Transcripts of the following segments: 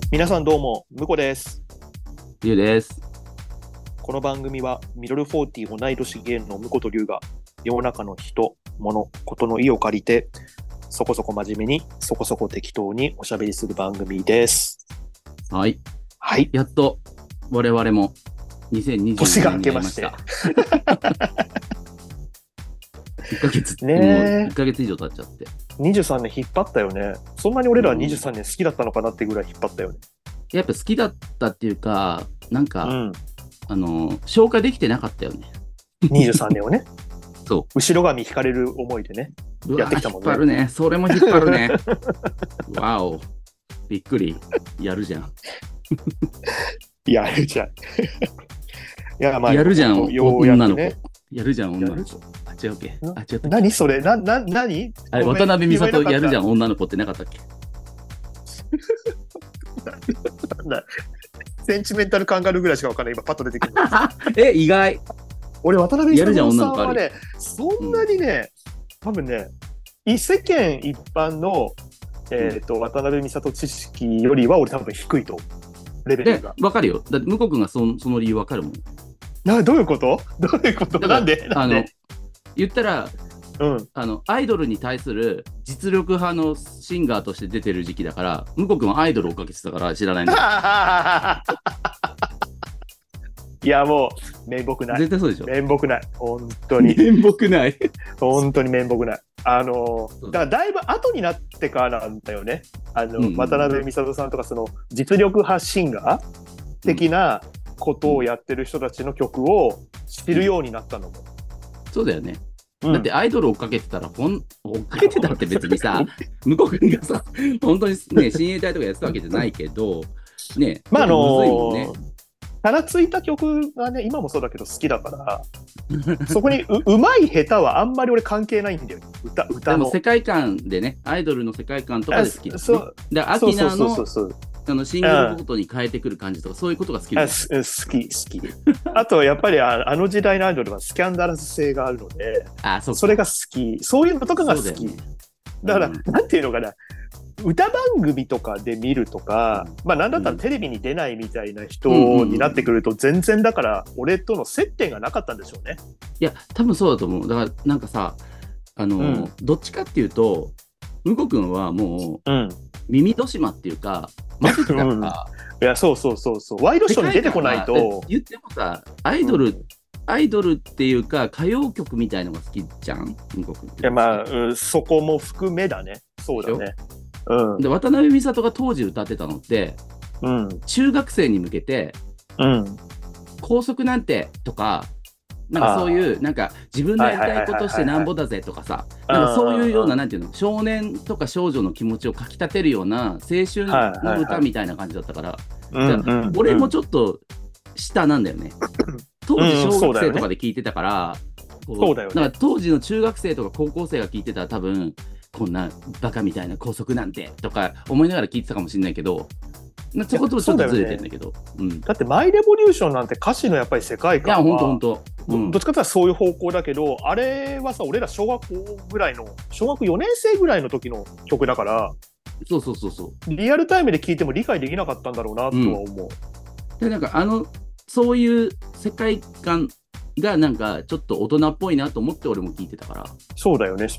皆さんどうも、むこです。 りゅうです。 この番組はミドル40同い年芸のむことりゅうが世の中の人、物、ことの意を借りてそこそこ真面目にそこそこ適当におしゃべりする番組です。 はい。 はい。 やっと我々も2022 年が明年にけまして。 なりました。1ヶ月、 ねもうえ 1ヶ月以上経っちゃって。 23年引っ張ったよね。そんなに俺らは23年好きだったのかなってぐらい引っ張ったよね。 やっぱ好きだったっていうか、なんか、 うん。 消化できてなかったよね。 23年をね、 そ後ろ髪引かれる思いでね、 う。 やってきたもんね。 引っ張るね。それも引っ張るね。わお。びっくり。やるじゃん。 やるじゃん。いや、まあ、 やるじゃん、 ようや女の子。 くね。 やるじゃん、女のやる子。あ、違うっけ。あ、違ったっけ。 何それ何あれ、渡辺美里やるじゃん。 ん、女の子ってなかったっけ。 センチメンタルカンガルーぐらいしかわかんない。今パッと出てくる。 意外。 俺、渡辺美里さんはやるね、そんなにね、多分ね、世間一般の、渡辺美里知識よりは俺多分低いと、レベルが。 わかるよ。だって、向こう君がその理由わかるもん。 どういうことなんで言ったら、 うん、 アイドルに対する実力派のシンガーとして出てる時期だから、向こう君はアイドルを追っかけてたから知らないんだよ。 いや、もう、面目ない。 絶対そうでしょ。 面目ない。本当に。 面目ない。 本当に面目ない。だからだいぶ後になってからなんだよね。渡辺美里さんとか、その実力派シンガー的なことをやってる人たちの曲を知るようになったのも。 そうだよね。だってアイドル追っかけてたら、追っかけてたって別にさ、向こう君がさ、本当にね、親衛隊とかやってたわけじゃないけど、ね、 まあむずいもんね。 キャラついた曲がね、今もそうだけど好きだから、そこにうまい下手はあんまり俺関係ないんだよね。歌の。 でも世界観でね、アイドルの世界観とかで好きだ、ね。で、アキナのシングルごとに変えてくる感じとか、そういうことが好きだ、ね。 好き。あと、やっぱりあの時代のアイドルはスキャンダラス性があるので、それが好き。そういうのとかが好き。だから、なんていうのかな。歌番組とかで見るとか、まあなんだったらテレビに出ないみたいな人になってくると全然だから俺との接点がなかったんでしょうね。 いや多分そうだと思う。だからなんかさどっちかっていうと向こう君はもう、耳戸島っていうか混ぜてたから、 いやそうワイドショーに出てこないと言ってもさアイドルっていうか歌謡曲みたいのが好きじゃん向こう君。 いやまあ、そこも含めだね。そうだね。 で渡辺美里が当時歌ってたのって、中学生に向けて、校則なんてとか、なんかそういうなんか自分のやりたいことしてなんぼだぜとかさ、なんかそういうようななんていうの、少年とか少女の気持ちをかきたてるような青春の歌みたいな感じだったから、俺もちょっと下なんだよね。当時小学生とかで聞いてたから、 そうだよね。 だから当時の中学生とか高校生が聞いてたら多分こんなバカみたいな校則なんてとか思いながら聞いてたかもしれないけど、そことちょっとずれてるんだけど。 だってマイレボリューションなんて歌詞のやっぱり世界観は、 いや本当どっちかというとそういう方向だけど、あれはさ、俺ら小学4年生ぐらいの時の曲だから、 そうリアルタイムで聞いても理解できなかったんだろうなとは思う。 でなんかそういう世界観がなんかちょっと大人っぽいなと思って俺も聞いてたから。 そうだよね。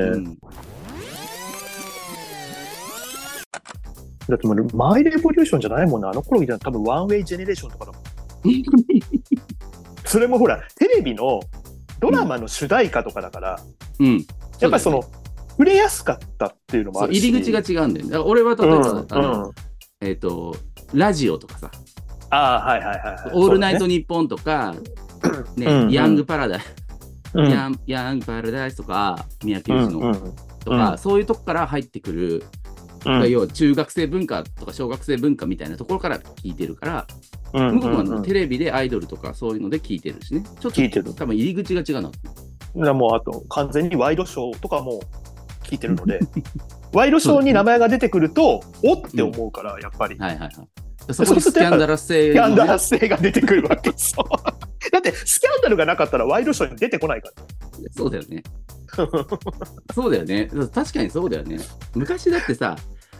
だってもうマイレボリューションじゃないもんね。あの頃みたいな多分ワンウェイジェネレーションとかだもん。それもほらテレビのドラマの主題歌とかだから、やっぱりその触れやすかったっていうのもあるし、 入り口が違うんだよね。だから俺は例えば、ラジオとかさ、オールナイトニッポンとか、ヤングパラダイス、ヤングパラダイスとか、宮城牛のとか、そういうとこから入ってくる、要は中学生文化とか小学生文化みたいなところから聞いてるから、向こうはテレビでアイドルとかそういうので聞いてるしね。ちょっと多分入り口が違うな。 もうあと完全にワイドショーとかも聞いてるので、ワイドショーに名前が出てくると、おって思うから、やっぱり。 そこにスキャンダラス性が出てくるわけです。だってスキャンダルがなかったらワイドショーに出てこないから。 そうだよね。確かにそうだよね。昔だってさ、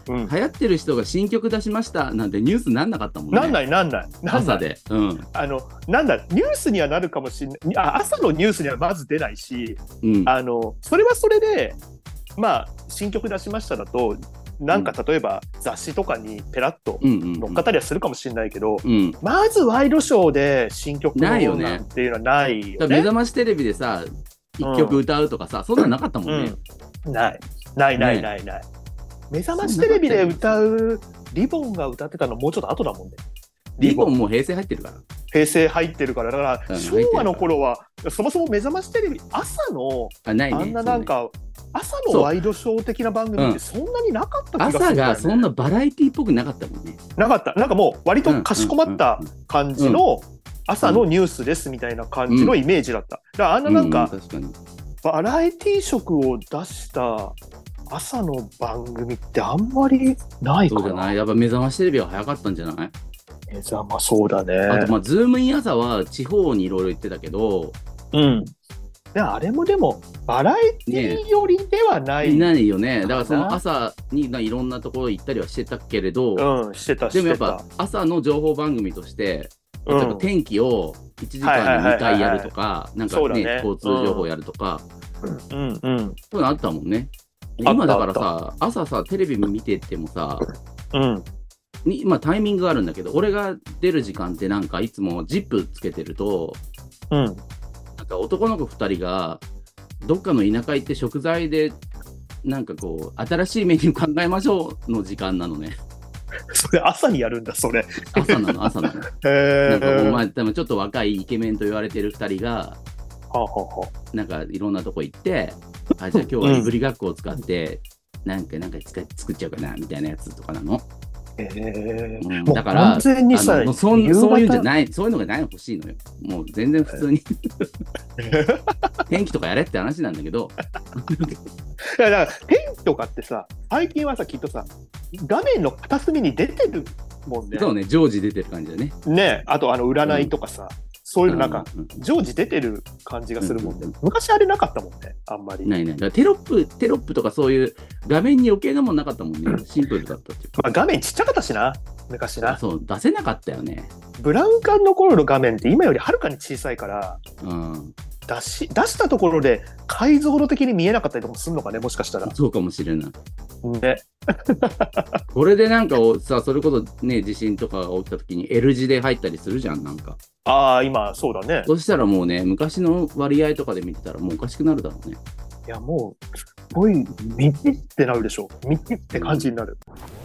流行ってる人が新曲出しましたなんてニュースなんなかったもんね。 なんない朝で、ニュースにはなるかもしれない。朝のニュースにはまず出ないし、それはそれで新曲出しましただとなんか例えば雑誌とかにペラッと乗っかったりはするかもしれないけど、まずワイドショーで新曲のなんていうのはないよね。 目覚ましテレビでさ一曲歌うとかさ、そんなのなかったもんね。 ない。目覚ましテレビで歌うリボンが歌ってたのもうちょっと後だもんね。 リボンもう平成入ってるから。 平成入ってるから、だから昭和の頃はそもそも目覚ましテレビ朝のあんななんか朝のワイドショー的な番組ってそんなになかった気がする、ね。 朝がそんなバラエティっぽくなかったもんね。 なかった。なんかもう割とかしこまった感じの朝のニュースですみたいな感じのイメージだった。だからなんかバラエティ色を出した朝の番組ってあんまりないかな。 そうじゃない。やっぱ目覚ましテレビは早かったんじゃない？ 目覚まそうだね。 あとズームイン朝は地方にいろいろ行ってたけど、 あれもでもバラエティ寄りではない、 ないよね。だからその朝にいろんなところ行ったりはしてたけれど、 してた。 でもやっぱ朝の情報番組として、例えば天気を1時間に2回やるとか、なんかね、交通情報やるとか、そういうのあったもんね。今だからさ、朝さテレビ見ててもさ、タイミングがあるんだけど、俺が出る時間ってなんかいつもジップつけてると、なんか男の子2人がどっかの田舎行って食材でなんかこう新しいメニュー考えましょうの時間なのね。 それ朝にやるんだそれ。 朝なの。なんかでもちょっと若いイケメンと言われてる2人がなんかいろんなとこ行って、じゃあ今日はいぶりがっこを使ってなんか作っちゃうかなみたいなやつとかなの。だから完全にさ、 そういうんじゃない、そういうのがないの欲しいのよ。もう全然普通に天気とかやれって話なんだけどだから天気とかってさ、最近はさきっとさ画面の片隅に出てるもんね。 そうね、常時出てる感じだね。 あと占いとかさ、そういうのなんか常時出てる感じがするもんね。昔あれなかったもんね、あんまり。 ない。だからテロップとかそういう画面に余計なもんなかったもんね。シンプルだったっていうか。 画面ちっちゃかったしな、昔な。 そう、出せなかったよね。 ブラウン管の頃の画面って今よりはるかに小さいから、出したところで解像度的に見えなかったりとかもするのかね、もしかしたら。 そうかもしれない。 ね。 これでなんかさ、それこそね、地震とかが起きた時に L 字で入ったりするじゃん、なんか。 今そうだね。 そしたらもうね、昔の割合とかで見てたらもうおかしくなるだろうね。 いやもうすごい見てってなるでしょ。見てって感じになる。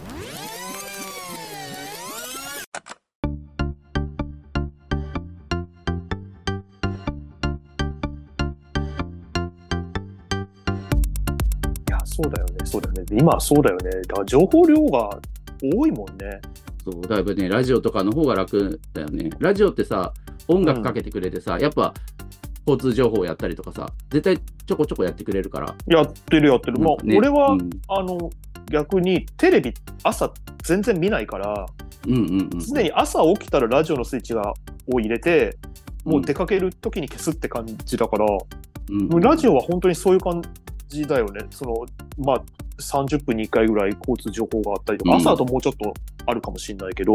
そうだよね。今はそうだよね。だから情報量が多いもんね。 そうだいぶね、ラジオとかの方が楽だよね。ラジオってさ、音楽かけてくれてさ、やっぱ交通情報やったりとかさ、絶対ちょこちょこやってくれるから。 やってる。俺は、逆にテレビ朝全然見ないから、常に朝起きたらラジオのスイッチを入れて、もう出かける時に消すって感じだから、もうラジオは本当にそういう感じだよね。30分に1回ぐらい交通情報があったりとか、朝だともうちょっとあるかもしれないけど、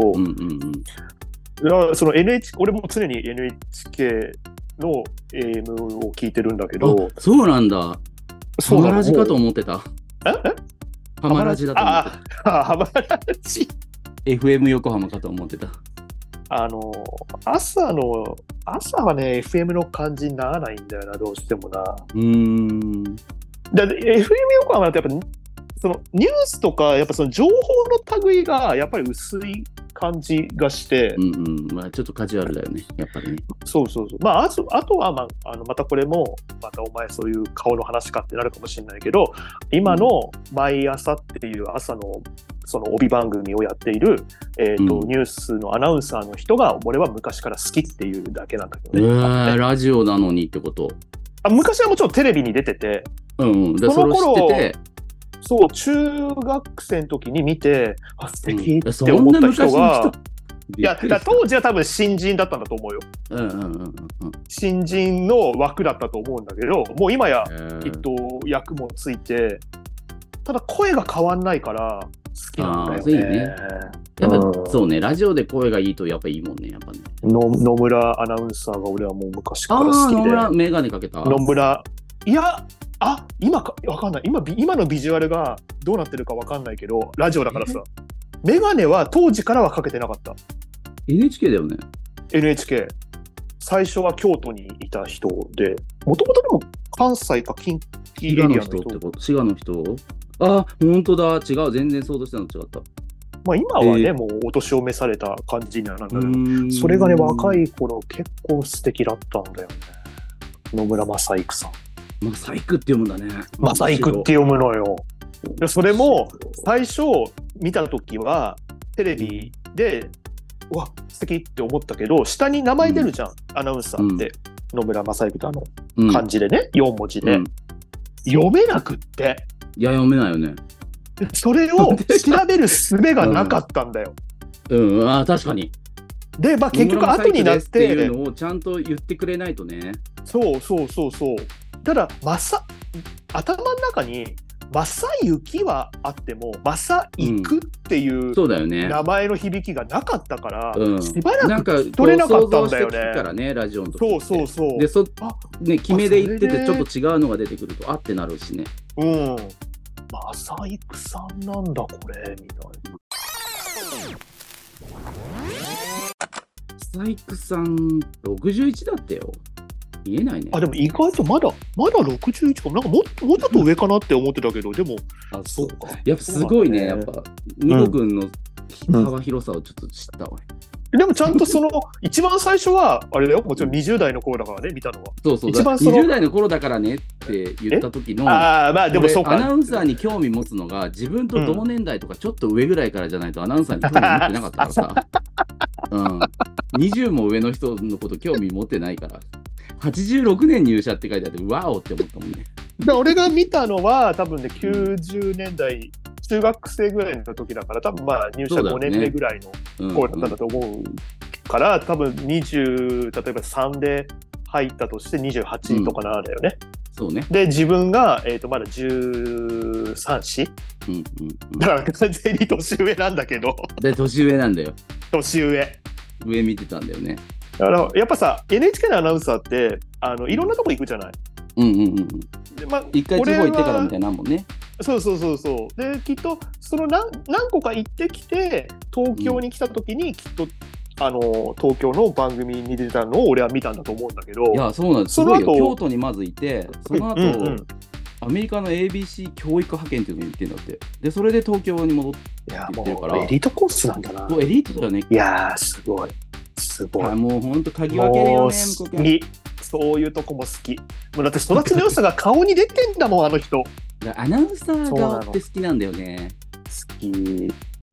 その俺も常に NHK の AM を聞いてるんだけど。 そうなんだ。ハマラジかと思ってた。ハマラジだと思ってた。 ハマラジ FM 横浜かと思ってた。 朝はね FM の感じにならないんだよな、どうしてもな。FM 横浜だとやっぱそのニュースとかやっぱその情報の類がやっぱり薄い感じがして、 ちょっとカジュアルだよね、やっぱりね。 そう。あとはまたこれもまたお前そういう顔の話かってなるかもしれないけど、今の毎朝っていう朝のその帯番組をやっているニュースのアナウンサーの人が俺は昔から好きっていうだけなんだけどね。 ラジオなのにってこと？ 昔はもちろんテレビに出てて、 その頃そう中学生の時に見て素敵って思った人が、いや当時は多分新人だったんだと思うよ。新人の枠だったと思うんだけど、もう今や役もついて、ただ声が変わんないからきなんだよね。 そういいね。やっぱ、そうね、ラジオで声がいいとやっぱいいもんね、やっぱね。 野村アナウンサーが俺はもう昔から好きで。 野村、メガネかけた？ 野村、いや、今か、わかんない。今のビジュアルがどうなってるかわかんないけど、ラジオだからさ。メガネは当時からはかけてなかった。 NHK だよね。 NHK。最初は京都にいた人で、もともとでも関西か近畿エリアの人ってこと。 滋賀の人？あ、本当だ。違う。全然想像したの違った。 まあ今はね、もうお年を召された感じにはなんだけど、それがね、若い頃結構素敵だったんだよね。野村正育さん。 正育って読むんだね。 正育って読むのよ。それも最初見た時はテレビで、うわ素敵って思ったけど、下に名前出るじゃん、アナウンサーって、野村正育って漢字でね、4文字で、読めなくって。 いや読めないよね。 それを調べる術がなかったんだよ。 確かに。 で、結局後になってっていうのをちゃんと言ってくれないとね。 そう。ただ頭の中に正行はあっても正育っていう名前の響きがなかったから、しばらく取れなかったんだよね。 からね、ラジオの時。 そう。 で、ね、決めで言っててちょっと違うのが出てくるとってなるしね。 正育さんなんだこれみたいな。 正育さん61だってよ。見えないね。 でも意外とまだ61かも。なんかもうちょっと上かなって思ってたけど、でもそうか。やっぱすごいね。やっぱニコ君の幅広さをちょっと知ったわ。 でもちゃんと一番最初はあれだよ。もちろん20代の頃だからね、見たのは。 そう。一番20代の頃だからねって言った時の、 でもそうか。 アナウンサーに興味持つのが自分と同年代とかちょっと上ぐらいからじゃないとアナウンサーに興味持ってなかったからさ。20も上の人のこと興味持ってないから。86年入社って書いてあってワオって思ったもんね。 俺が見たのは多分ね90年代中学生ぐらいの時だから、多分入社5年目ぐらいの頃だったんだと思うから、多分20例えば3で入ったとして28とかなんだよね。 そうね。 で自分が、まだ13、4、だから完全に年上なんだけど。 で年上なんだよ。 年上見てたんだよね。 だからやっぱさ NHK のアナウンサーっていろんなとこ行くじゃない。 一回地方行ってからみたいなもんね。 そうできっと何個か行ってきて東京に来た時にきっと東京の番組に出たのを俺は見たんだと思うんだけど。 いやそうなんです。すごいよ。京都にまずいて、その後、アメリカの ABC 教育派遣っていうのに行ってんだって。でそれで東京に戻ってきてるから。 エリートコースなんだな。 エリートだよね。 いやーすごい。 もうほんと嗅ぎ分けるよね。 そういうとこも好き。もうだって育ちの良さが顔に出てんだもん、あの人。 アナウンサー顔って好きなんだよね。 好き。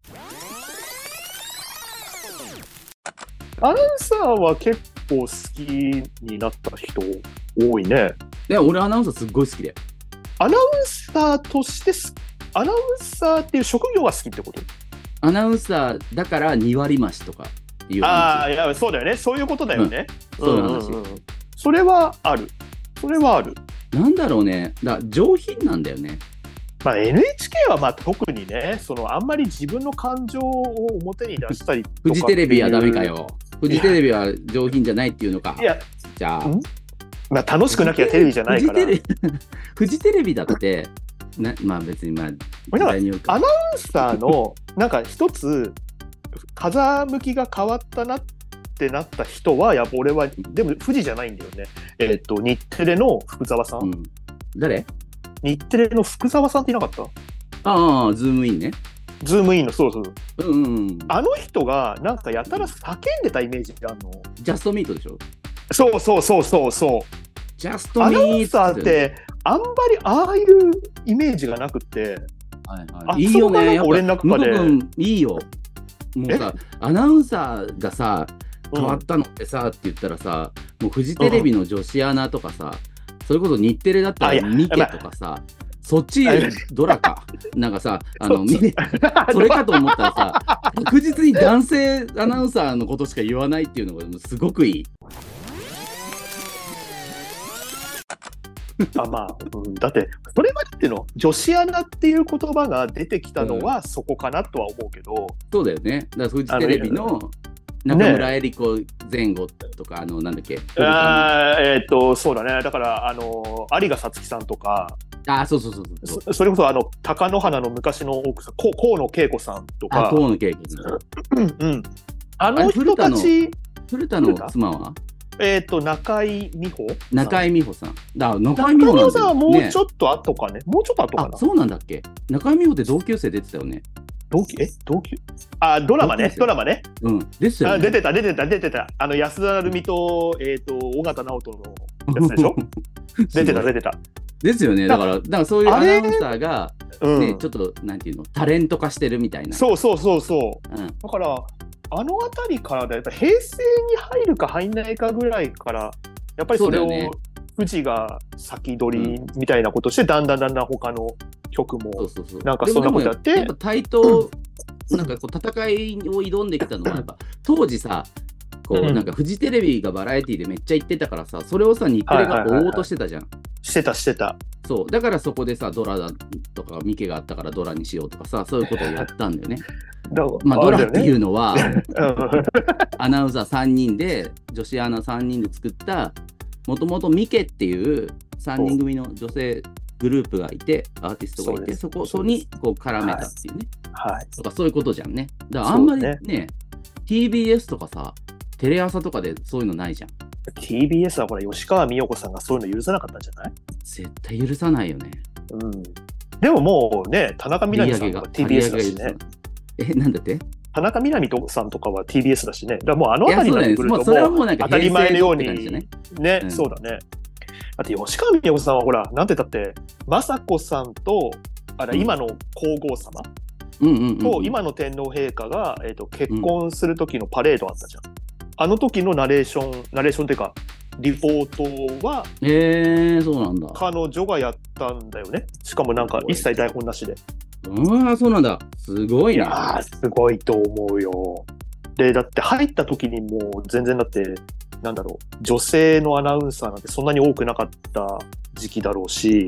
アナウンサーは結構好きになった人多いね。 いや、俺アナウンサーすっごい好きで。 アナウンサーとしてアナウンサーっていう職業が好きってこと？ アナウンサーだから2割増しとかいう。 いやそうだよね。そういうことだよね。 そういう話。 それはある。 なんだろうね。上品なんだよね。 NHK は特にね、あんまり自分の感情を表に出したりとか。 フジテレビはダメかよ。フジテレビは上品じゃないっていうのか。 いや、 じゃあ。 楽しくなきゃテレビじゃないから。 フジテレビだって、別にアナウンサーのなんか一つ風向きが変わったなってなった人はやっぱ俺はでも富士じゃないんだよね。日テレの福沢さん。 誰？ 日テレの福沢さんっていなかった？ ズームインね。 ズームインのそう。あの人がなんかやたら叫んでたイメージがあるの。 ジャストミートでしょ？ そう。 ジャストミート。 アナウンサーってあんまりああいうイメージがなくて。 いいよね。やっぱ俺の中でいいよ。もうさ、アナウンサーがさ変わったのってさって言ったらさ、もうフジテレビの女子アナとかさ、それこそ日テレだったらミケとかさ、そっちドラかなんかさそれかと思ったらさ、確実に男性アナウンサーのことしか言わないっていうのがすごくいい。 まあ、だって、それまでっていうの、女子アナっていう言葉が出てきたのはそこかなとは思うけど。 そうだよね。だからフジテレビの中村江里子前後とか、なんだっけ。 そうだね。だから、有賀さつきさんとか。 そう。 それこそ、貴乃花の昔の奥さん、河野恵子さんとか。 河野恵子さん。 あの人たち。 古田の妻は中井美穂中井美穂さん。 中井美穂さんはもうちょっと後かね。もうちょっと後かな。 そうなんだっけ。中井美穂って同級生出てたよね。 同級ドラマね。 ですよね。 出てた。安田成美と、尾形直人のやつでしょ出てた。 ですよね。だからそういうアナウンサーが、ね、ちょっと、なんていうの、タレント化してるみたいな。 そう。だから、あの辺りからだよ。平成に入るか入んないかぐらいから、やっぱりそれを富士が先取りみたいなことして、だんだん他の曲もなんかそんなことやって。 やっぱ対等、なんかこう戦いを挑んできたのは、やっぱ当時さ、なんかフジテレビがバラエティでめっちゃ言ってたからさ、それをさ、日テレが追おうとしてたじゃん。 してた。 そう。だからそこでさ、ドラだとか、ミケがあったからドラにしようとかさ、そういうことをやったんだよね。ドラっていうのは、アナウンサー3人で、女子アナ3人で作った、もともとミケっていう3人組の女性グループがいて、アーティストがいて、そこにこう絡めたっていうね。とかそういうことじゃんね。だからあんまりね、TBS とかさ、テレ朝とかでそういうのないじゃん。 TBS はこれ吉川美代子さんがそういうの許さなかったんじゃない？ 絶対許さないよね。 でももうね、田中みな実さんが TBS だしね。 なんだって？ 田中みな実さんとかは TBS だしね。だからもうあの辺りになってくるともう当たり前のようにね、そうだね。だって吉川美代子さんはほら、なんて言ったって、雅子さんと今の皇后様と今の天皇陛下が結婚する時のパレードあったじゃん。あの時のナレーションっていうかリポートはそうなんだ。 彼女がやったんだよね。しかもなんか一切台本なしで。 そうなんだ。すごいな。 いやすごいと思うよ。でだって入った時にもう全然だってなんだろう、女性のアナウンサーなんてそんなに多くなかった時期だろうし。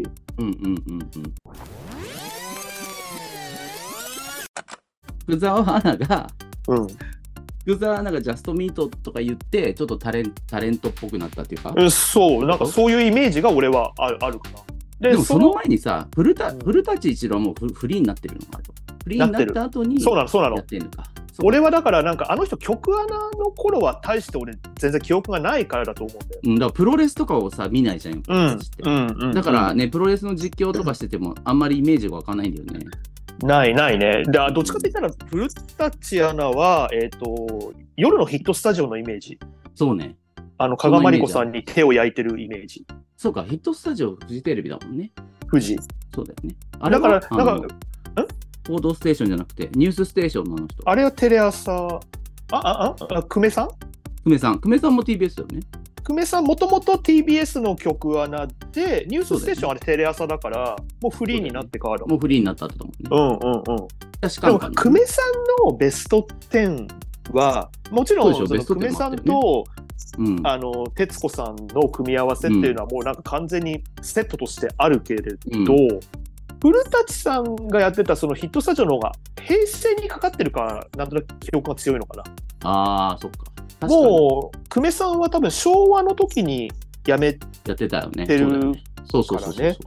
福沢アナが福沢なんかジャストミートとか言ってちょっとタレントっぽくなったっていうか、 そうなんかそういうイメージが俺はあるかな。 でもその前にさ古舘一郎はもうフリーになってるのかと。フリーになった後にそうなのやってるのか。 俺はだからなんかあの人曲アナの頃は大して俺全然記憶がないからだと思うんだよ。 だからプロレスとかをさ見ないじゃん。だからねプロレスの実況とかしててもあんまりイメージがわかんないんだよね。 ないね。どっちかって言ったら古舘アナは夜のヒットスタジオのイメージ。 そうね。 加賀まりこさんに手を焼いてるイメージ。 そうか、ヒットスタジオフジテレビだもんね。 フジ。 そうだよね。 あれだから報道ステーションじゃなくてニュースステーションの人。 あれはテレ朝。久米さんも TBS だよね。 久米さんもともと TBS の曲アナでニュースステーションあれテレ朝だからもうフリーになってからだもん。 もうフリーになったってだもんね。 確かに。でも久米さんのベスト10はもちろん久米さんと徹子さんの組み合わせっていうのはもうなんか完全にセットとしてあるけれど、古舘さんがやってたそのヒットスタジオの方が平成にかかってるからなんとなく記憶が強いのかな。 そっか。 もう久米さんは多分昭和の時にやってたよね。そう。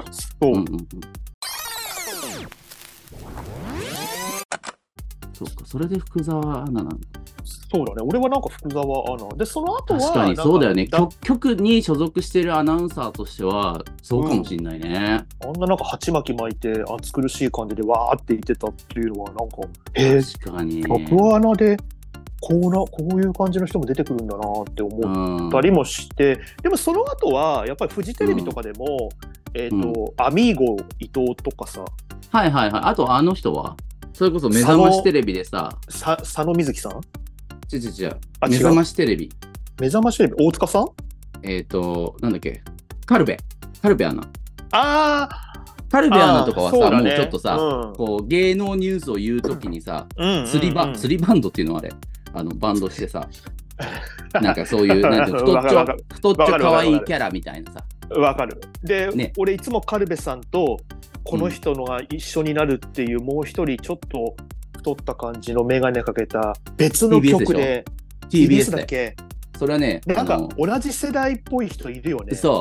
そうか、それで福沢アナなんだ。 そうだね。俺はなんか福沢アナで、その後は確かにそうだよね。局に所属しているアナウンサーとしてはそうかもしれないね。 あんななんか鉢巻き巻いて暑苦しい感じでわーって言ってたっていうのはなんか確かに局アナでこういう感じの人も出てくるんだなって思ったりもして、でもその後はやっぱりフジテレビとかでも、アミーゴ伊藤とかさ、 あとあの人はそれこそ目覚ましテレビでさ佐野瑞希さん違う目覚ましテレビ大塚さんなんだっけカルベアナカルベアナとかはさ、もうちょっとさ、こう芸能ニュースを言うときにさ、釣りバンドっていうのはあれバンドしてさなんかそういうなんて太っちょ可愛いキャラみたいなさわかる。で、ね、俺いつもカルベさんとこの人のが一緒になるっていう、もう一人ちょっと太った感じの眼鏡かけた別の曲で TBS だっけ。 それはね、 なんか同じ世代っぽい人いるよね。 そう。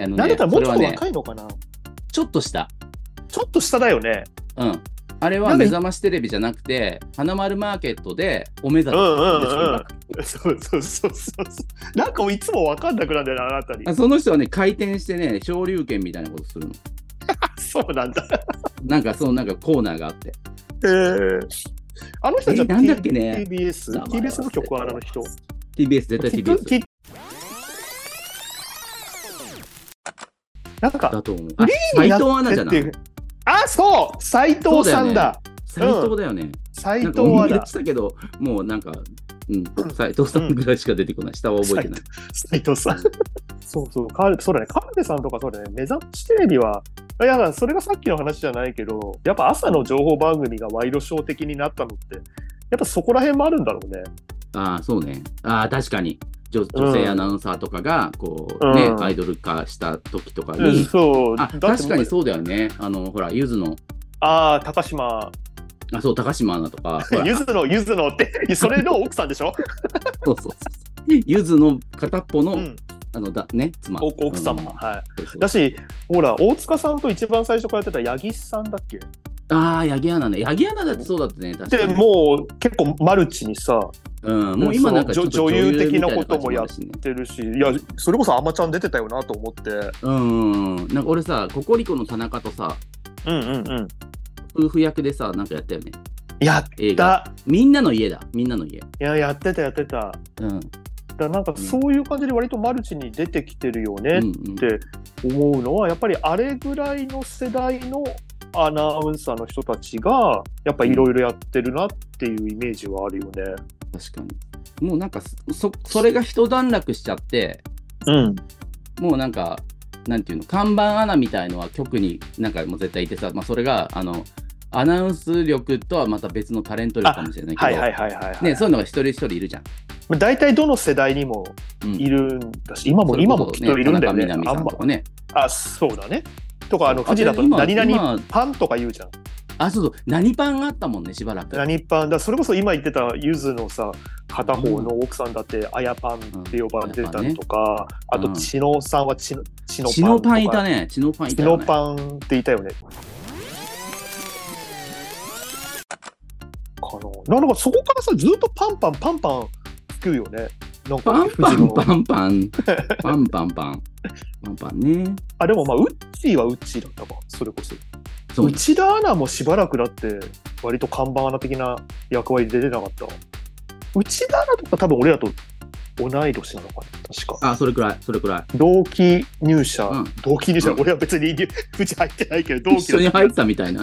なんだったらもっと若いのかな、ね、 ちょっと下だよね。 うん。あれは目覚ましテレビじゃなくて、花丸マーケットでお目覚め。 そう。なんかいつも分かんなくなるんだよな、あなたに。 その人はね、回転してね、昇竜拳みたいなことするの。 そうなんだ。 なんかコーナーがあって。 あの人じゃなんだっけね。 TBS の曲はあの人。 TBS、絶対 TBS。 なんか、 だと思う。斉藤アナじゃない。 そう斉藤さんだ。 斉藤だよね。 斉藤アナ。 したけど、もうなんか、斉藤さんぐらいしか出てこない。下は覚えてない。 斉藤さん。そうだね。カルベさんとかそうだね。目覚ましテレビは、いや、それがさっきの話じゃないけど、やっぱ朝の情報番組がワイドショー的になったのって、やっぱそこら辺もあるんだろうね。 そうね。確かに。女性アナウンサーとかがこうね、アイドル化した時とかに、確かにそうだよね。ほらゆずの高島そう高島アナとかゆずのってそれの奥さんでしょ。 そうゆずの片っぽの、妻奥様、はい。だしほら大塚さんと一番最初からやってた八木さんだっけ。 八木アナね。八木アナだってそうだってね。 確かに。でもう結構マルチにさ、 もう今なんかちょっと女優的なこともやってるし、いやそれこそあまちゃん出てたよなと思って。 なんか俺さ、ココリコの田中とさ、夫婦役でさ、なんかやったよね。 やった。 みんなの家だ。みんなの家。 いややってた。だなんかそういう感じで割とマルチに出てきてるよねって思うのは、やっぱりあれぐらいの世代のアナウンサーの人たちがやっぱいろいろやってるなっていうイメージはあるよね。 確かに。もうなんかそれが一段落しちゃって、もうなんかなんていうの、看板アナみたいのは局になんかもう絶対いてさ、それがアナウンス力とはまた別のタレント力かもしれないけど、ね、そういうのが一人一人いるじゃん。 大体どの世代にもいるんだし、今もきっといるんだよね。 田中みな実さんとかね。 そうだね。とか富士だと何々パンとか言うじゃん。 そう何パンがあったもんね、しばらく。 何パンだ。それこそ今言ってたゆずのさ、片方の奥さんだってあやパンって呼ばれてたりとか、あと千野さんは千野パンいたね。千野パンっていたよね。なんかそこからさ、ずっとパンパン聞くよね。なんかパンね。 でもウッチーはウッチーだったか、それこそ。内田アナもしばらくだって割と看板アナ的な役割で出てなかった。内田アナとか多分俺らと同い年なのかな、確か。 それくらい。 同期入社、俺は別にうち入ってないけど同期一緒に入ってたみたいな。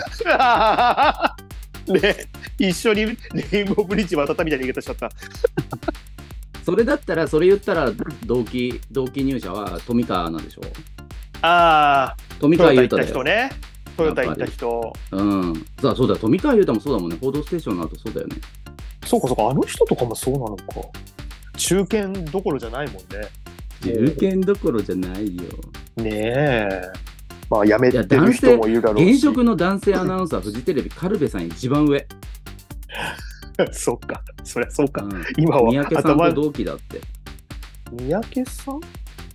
ね、一緒にレインボーブリッジ渡ったみたいな言い方しちゃった。 それ言ったら同期入社は富川なんでしょ。富川優太だよ。 トヨタ行った人。 そうだ、富川優太もそうだもんね。報道ステーションの後そうだよね。 そうか、あの人とかもそうなのか。中堅どころじゃないもんね。 中堅どころじゃないよ。 ねえ。辞めてる人もいるだろうし。 現職の男性アナウンサー、フジテレビ、カルベさん一番上。 そうか、そりゃそうか。今は三宅さんと同期だって。 三宅さん？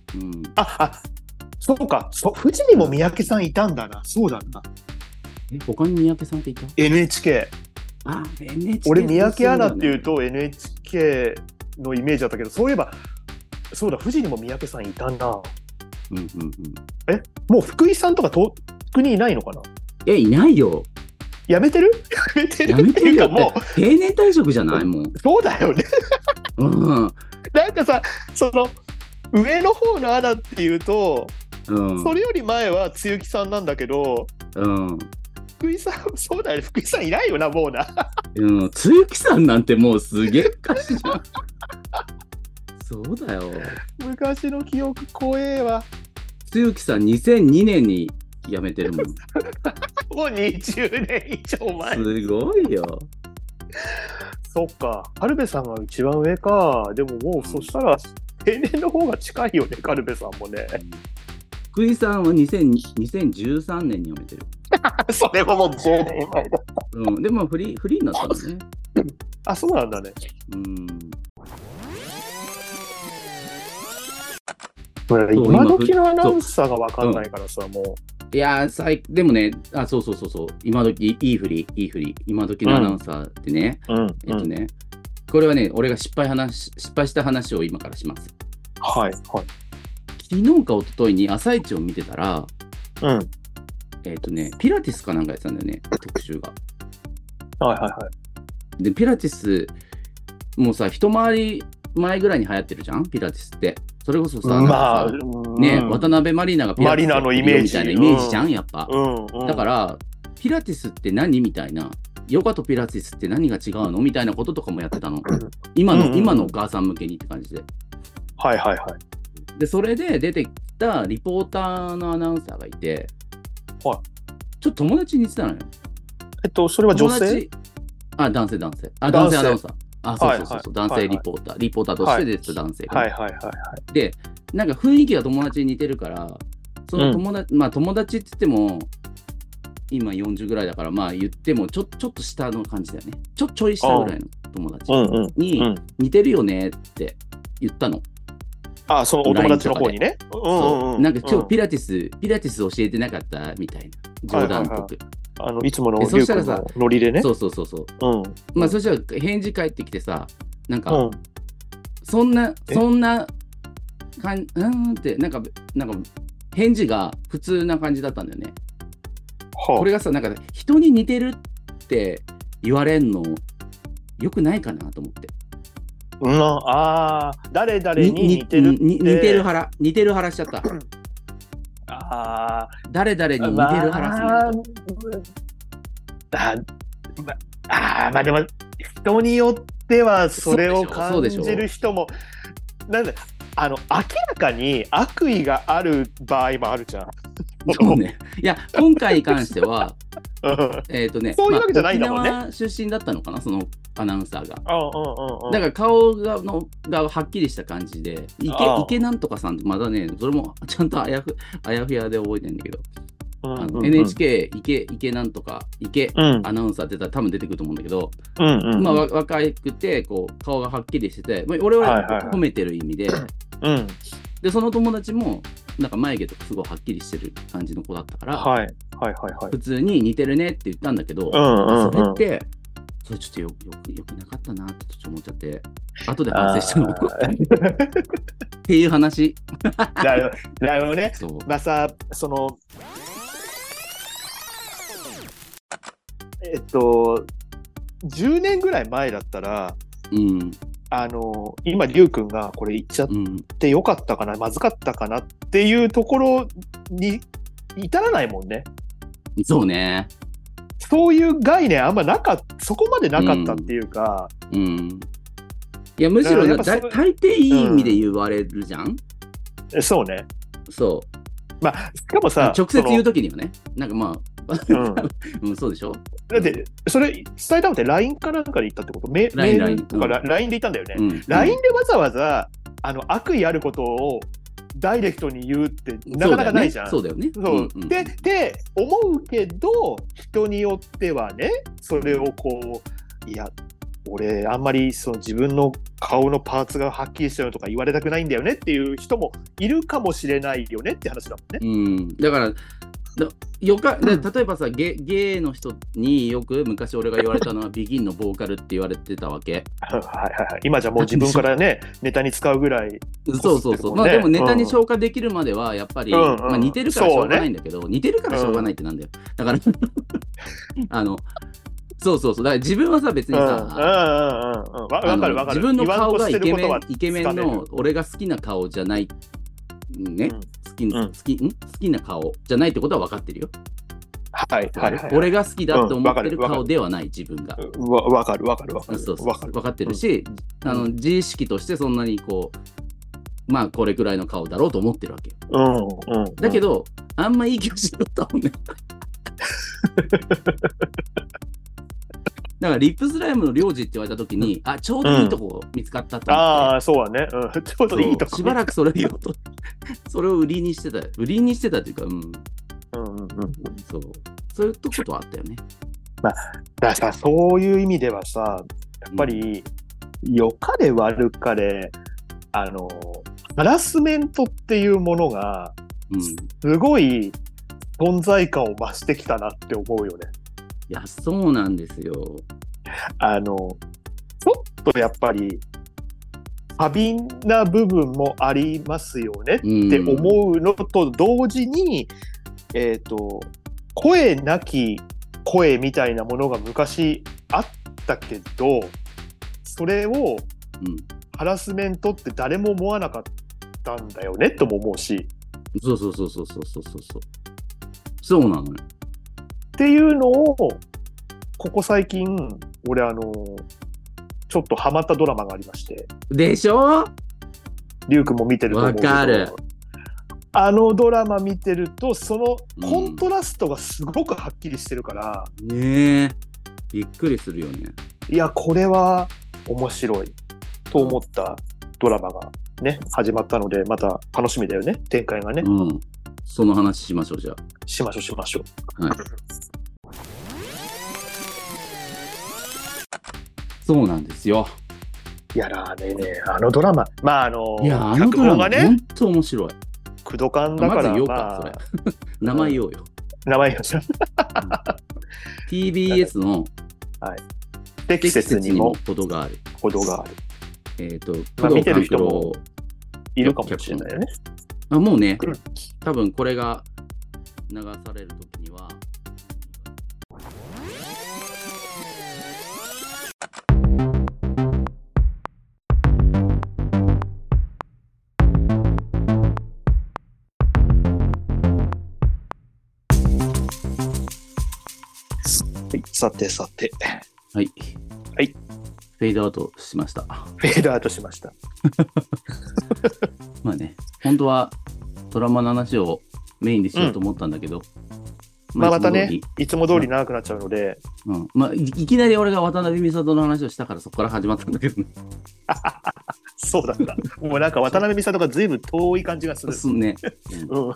そうか、富士にも三宅さんいたんだな。そうだな。 他に三宅さんっていた？ NHK。 NHK。 俺三宅アナっていうと NHK のイメージだったけど、そういえばそうだ、富士にも三宅さんいたな。もう福井さんとか遠くにいないのかな？ いないよ。 やめてるよ。もう定年退職じゃないもん。 そうだよね。なんかさ、その上の方のアナっていうと、それより前は露木さんなんだけど、福井さん、そうだよね、福井さんいないよな、もうな。 露木さんなんてもうすげえ昔じゃん。そうだよ。 昔の記憶怖えわ。 露木さん2002年に辞めてるもん。 もう20年以上前。 すごいよ。 そっか、カルベさんが一番上か。でももうそしたら定年の方が近いよね、カルベさんもね。 福井さんは2013年に辞めてる。 それももう10年前だ。 でもフリーになったのね。 あ、そうなんだね。今時のアナウンサーが分かんないからさ、もう。 いやでもね、そう。今時、いい振り。今時のアナウンサーってね、これはね、俺が失敗した話を今からします。 はい。 昨日か一昨日に朝一を見てたら、ピラティスかなんかやってたんだよね、特集が。で、ピラティス、もうさ、一回り前ぐらいに流行ってるじゃん、ピラティスって。それこそさ、渡辺満里奈がピラティスのイメージみたいなイメージじゃん、やっぱ。だから、ピラティスって何みたいな、ヨガとピラティスって何が違うのみたいなこととかもやってたの。今のお母さん向けにって感じで。で、それで出てきたリポーターのアナウンサーがいて、ちょっと友達に言ってたのよ。 それは女性？ 男性。男性アナウンサー。そう、男性リポーターとして出てた男性が。で、なんか雰囲気が友達に似てるから、その友達、友達って言っても、今40ぐらいだから、言ってもちょっと下の感じだよね。ちょい下ぐらいの友達に似てるよねって言ったの。 そのお友達の方にね。 なんか今日ピラティス教えてなかったみたいな冗談っぽく。 いつものリュウ君のノリでね。 そう。そしたら返事返ってきてさ、なんか、そんなってなんか返事が普通な感じだったんだよね。これがさ、なんか人に似てるって言われんのよくないかなと思って。 誰々に似てるって。似てる腹しちゃった。誰々に似てるハラスメント。 でも人によってはそれを感じる人もなんだ明らかに悪意がある場合もあるじゃん。 そうね。いや今回に関してはそういうわけじゃないんだもんね。 沖縄出身だったのかな、そのアナウンサーが。だから顔がはっきりした感じで、池なんとかさんってまだね、それもちゃんとあやふやで覚えてるんだけど、NHK 池なんとかアナウンサーって言ったら多分出てくると思うんだけど、若くてこう顔がはっきりしてて、俺は褒めてる意味で、でその友達もなんか眉毛とかすごいはっきりしてる感じの子だったから、普通に似てるねって言ったんだけど、それってそれちょっとよくなかったなってちょっと思っちゃって、後で反省したのっていう話。 なるほどね。その10年ぐらい前だったら、今リュウ君がこれ言っちゃってよかったかな、まずかったかなっていうところに至らないもんね。 そうね。 そういう概念あんまそこまでなかったっていうか、 いやむしろ大抵いい意味で言われるじゃん。 そうね。 そう。 しかもさ、 直接言うときにはね、なんかそうでしょ。 だってそれ伝えたのって LINE かなんかで言ったってこと？メールとか LINE で言ったんだよね。LINE でわざわざ悪意あることをダイレクトに言うってなかなかないじゃん。 そうだよね。 で思うけど、人によってはね、それをこう、いや俺あんまりその自分の顔のパーツがはっきりしてるとか言われたくないんだよねっていう人もいるかもしれないよねって話だもんね。 だから例えばさ、ゲイの人によく昔俺が言われたのはビギンのボーカルって言われてたわけ。 今じゃもう自分からねネタに使うぐらい、 そう。でもネタに消化できるまではやっぱり、似てるからしょうがないんだけど、似てるからしょうがないってなんだよ。だからそうだから自分はさ別にさ、自分の顔がイケメンの俺が好きな顔じゃないね、好きな顔じゃないってことは分かってるよ。俺が好きだと思ってる顔ではない自分が。 分かる。 そう分かってるし、自意識としてそんなにこうこれくらいの顔だろうと思ってるわけ。だけどあんまいい気がしなかったもんね。 だからリップスライムの領事って言われたときに、あ、ちょうどいいとこ見つかったと思って。 ああ、そうだね。ちょうどいいとこ。 しばらくそれ言おうと。それを売りにしてた。売りにしてたっていうか、そう。そういうとことあったよね。 まあ、だからさ、そういう意味ではさ、やっぱり、良かれ悪かれ、ハラスメントっていうものが、すごい存在感を増してきたなって思うよね。 いや、そうなんですよ。 ちょっとやっぱり、過敏な部分もありますよねって思うのと同時に、声なき声みたいなものが昔あったけど、それをハラスメントって誰も思わなかったんだよねとも思うし。 そう。そうなのよ。 っていうのを、ここ最近、俺ちょっとハマったドラマがありまして。 でしょ？ リュウ君も見てると思うけど。わかる。ドラマ見てると、そのコントラストがすごくはっきりしてるから。 ねえ。びっくりするよね。 いや、これは面白いと思ったドラマがね、始まったので、また楽しみだよね、展開がね。 その話しましょう、じゃあ。 しましょう。はい。 そうなんですよ。 いやだね、ドラマ、 いや、ドラマね、本当面白い。 クドカンだから、 まず言おうか、それ。名前言おうよ。 名前言おう。 TBS の適切にも程がある。 見てる人もいるかもしれないよね。 もうね、多分これが流されるときには、 さて。 はい。フェードアウトしました。まあね、本当はドラマの話をメインでしようと思ったんだけど、 またね、いつも通り長くなっちゃうので、 いきなり俺が渡辺美里の話をしたからそこから始まったんだけどね。 そうだった。もうなんか渡辺美里が随分遠い感じがする。 そうね。そう。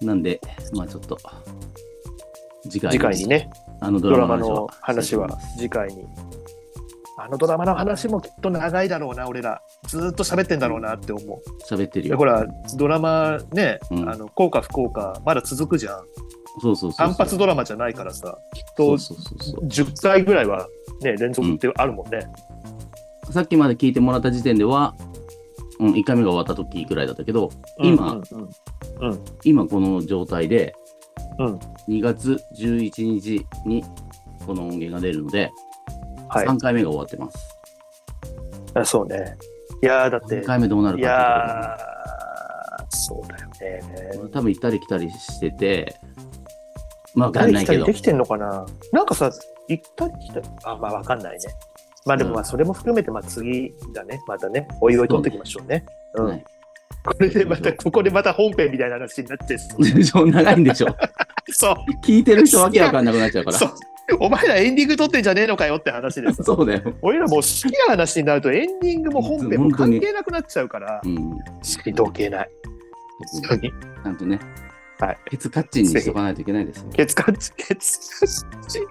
なんで、まあちょっと次回にね、 ドラマの話は次回に。ドラマの話もきっと長いだろうな、俺ら。ずっと喋ってんだろうなって思う。 喋ってるよ。 ほら、ドラマね、効果不効果、まだ続くじゃん。 そう。 単発ドラマじゃないからさ、きっと10回ぐらいはね、連続ってあるもんね。 さっきまで聞いてもらった時点では、1回目が終わった時ぐらいだったけど、今この状態で、2月11日にこの音源が出るので、3回目が終わってます。 そうね。いやだって。 3回目どうなるかって。いやそうだよね。 多分行ったり来たりしてて、わかんないけど。 できてんのかな。なんかさ、行ったり来たり、わかんないね。でもそれも含めて次だね。またね、おいおい取っていきましょうね。ここでまた本編みたいな話になって長いんでしょ。 そう。 聞いてる人わけわかんなくなっちゃうから。 そう。お前らエンディング撮ってんじゃねえのかよって話です。 そうだよ。 俺らもう好きな話になるとエンディングも本編も関係なくなっちゃうから、しどけない。 ちゃんとね、ケツカッチンにしとかないといけないですよ。 ケツカッチン。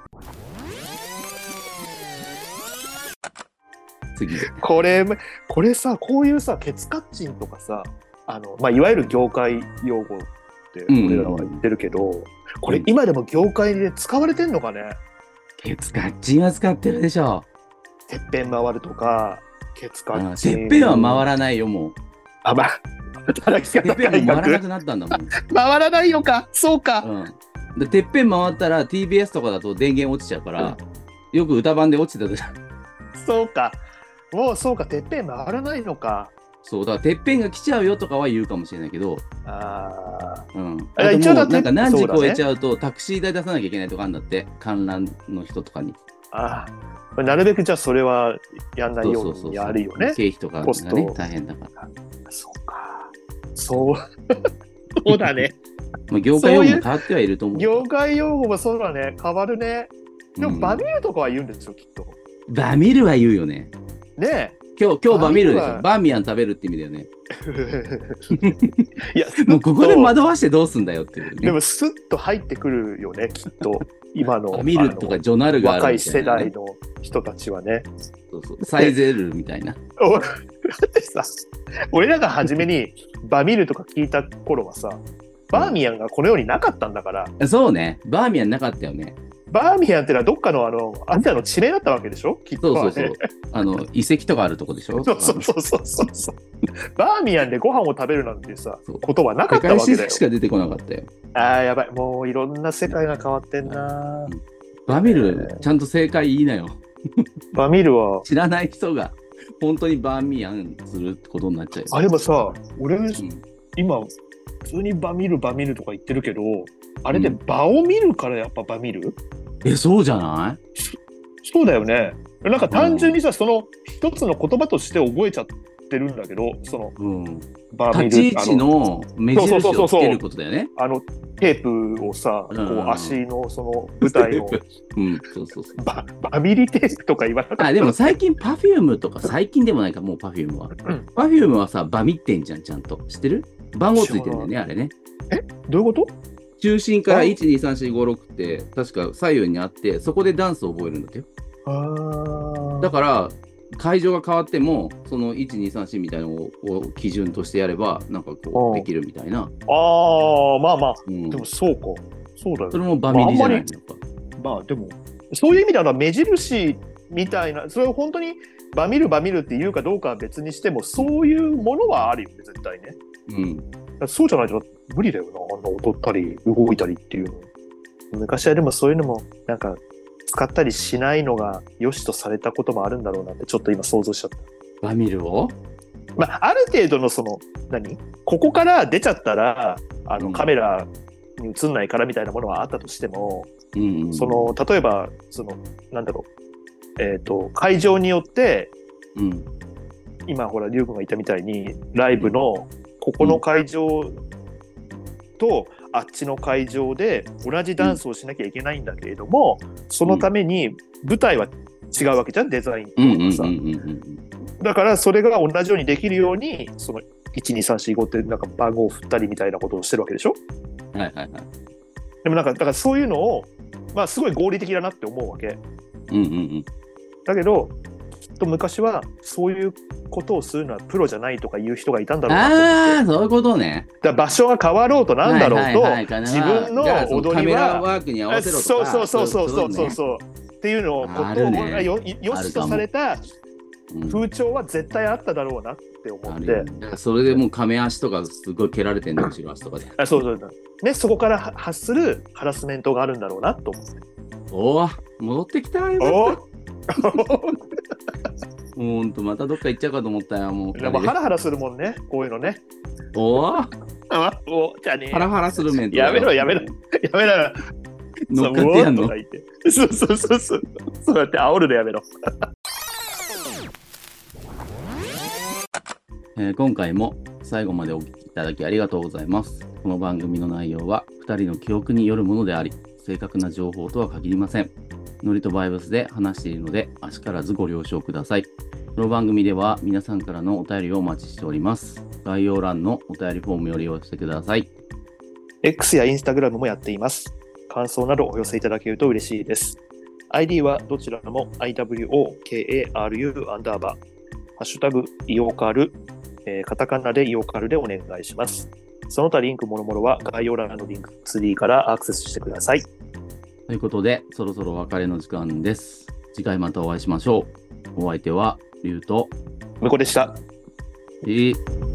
次。 これさ、こういうさ、ケツカッチンとかさ、いわゆる業界用語って俺らは言ってるけど、これ今でも業界で使われてんのかね。 ケツカッチンは使ってるでしょ。 てっぺん回るとか、ケツカッチン。 てっぺんは回らないよ、もう。 てっぺん回らなくなったんだもん。 回らないのか、そうか。 でてっぺん回ったら TBS とかだと電源落ちちゃうから、よく歌番で落ちてたじゃん。 そうか。もうそうか、てっぺん回らないのか。 そうだからてっぺんが来ちゃうよとかは言うかもしれないけど、 一応なんか何時超えちゃうとタクシー代出さなきゃいけないとかあるんだって、観覧の人とかに。 なるべくじゃあそれはやんないようにやるよね。 経費とかがね大変だから。 そうか。そうだね。 業界用語も変わってはいると思う。 業界用語もそうだね、変わるね。 でもバミルとかは言うんですよ、きっと。 バミルは言うよね。 ねえ。 今日バミルでしょ。バーミヤン食べるって意味だよね。 いや、 もうここで惑わしてどうすんだよっていう、ね。 でもスッと入ってくるよね、きっと。今のバミルとかジョナルがあるみたいな、ね、 若い世代の人たちはね。 そうそう、サイゼルみたいな。 だってさ、俺らが初めにバミルとか聞いた頃はさ、バーミヤンがこの世になかったんだから。 そうね、バーミヤンなかったよね。 バーミヤンってのはどっかのアジアの地名だったわけでしょ、きっと、ね。 そう。遺跡とかあるとこでしょ。 そう。バーミヤンでご飯を食べるなんてさ、ことはなかったわけだよ。 世界史しか出てこなかったよ。 やばい。もういろんな世界が変わってんな。 バミル、ちゃんと正解いいなよ。 バミルは。 知らない人が本当にバーミヤンすることになっちゃうよ。 でもさ、俺、今、普通にバミルとか言ってるけど、あれで場を見るからやっぱバミル？ そうじゃない？ そうだよね。なんか単純にさ、その一つの言葉として覚えちゃってるんだけど、その、 バミル。立ち位置の目印をつけることだよね。 テープをさ、こう足のその舞台のバミリテープとか言わなかった。 でも最近パフュームとか、最近でもないか、もうパフュームは。パフュームはさ、バミってんじゃん、ちゃんと。知ってる？番号ついてるんだよね、あれね。 どういうこと？ 中心から1、2、3、4、5、6って確か左右にあって、そこでダンスを覚えるんだってよ。だから会場が変わってもその1、2、3、4みたいなのを基準としてやればなんかこうできるみたいな。 まあ、でもそうか。そうだよ。 それもバミリじゃないのか。でもそういう意味では目印みたいな、それを本当にバミルって言うかどうかは別にしても、そういうものはあるよね、絶対ね。そうじゃないと無理だよな、踊ったり動いたりっていうの。昔はでもそういうのもなんか使ったりしないのが良しとされたこともあるんだろうなってちょっと今想像しちゃった。 バミルを？ ある程度のそのここから出ちゃったらカメラに映んないからみたいなものはあったとしても、その例えばその会場によって、今ほらリュウ君が言ったみたいにライブのここの会場とあっちの会場で同じダンスをしなきゃいけないんだけれども、そのために舞台は違うわけじゃん、デザインとかさ。だからそれが同じようにできるようにその12345ってなんか番号を振ったりみたいなことをしてるわけでしょ。でもなんかだからそういうのをすごい合理的だなって思うわけ。だけどきっと昔はそういうことをするのはプロじゃないとかいう人がいたんだろうなと思って。 そういうことね。 だ場所が変わろうとなんだろうと、自分の踊りはカメラワークに合わせろとか、 そうっていうのをことを良しとされた風潮は絶対あっただろうなって思って。 それでもう亀足とかすごい蹴られてんの、後ろ足とかで。 ね、そこから発するハラスメントがあるんだろうなと思って。 戻ってきたよ。ほんとまたどっか行っちゃうかと思ったよ。もうハラハラするもんね、こういうのね。じゃねえ。 ハラハラするメント。 やめろ。 乗っかってやんの。 そうやって煽るのやめろ。 今回も最後までお聞きいただきありがとうございます。この番組の内容は2人の記憶によるものであり、正確な情報とは限りません。ノリとバイブスで話しているので、あしからずご了承ください。この番組では皆さんからのお便りをお待ちしております。概要欄のお便りフォームよりお寄せください。 X や Instagram もやっています。感想などお寄せいただけると嬉しいです。ID はどちらも IWOKARU_ハッシュタグイオカル、カタカナでイオカルでお願いします。その他リンクもろもろは概要欄のリンクツリーからアクセスしてください。 ということで、そろそろお別れの時間です。次回またお会いしましょう。お相手はリュウと向こうでした。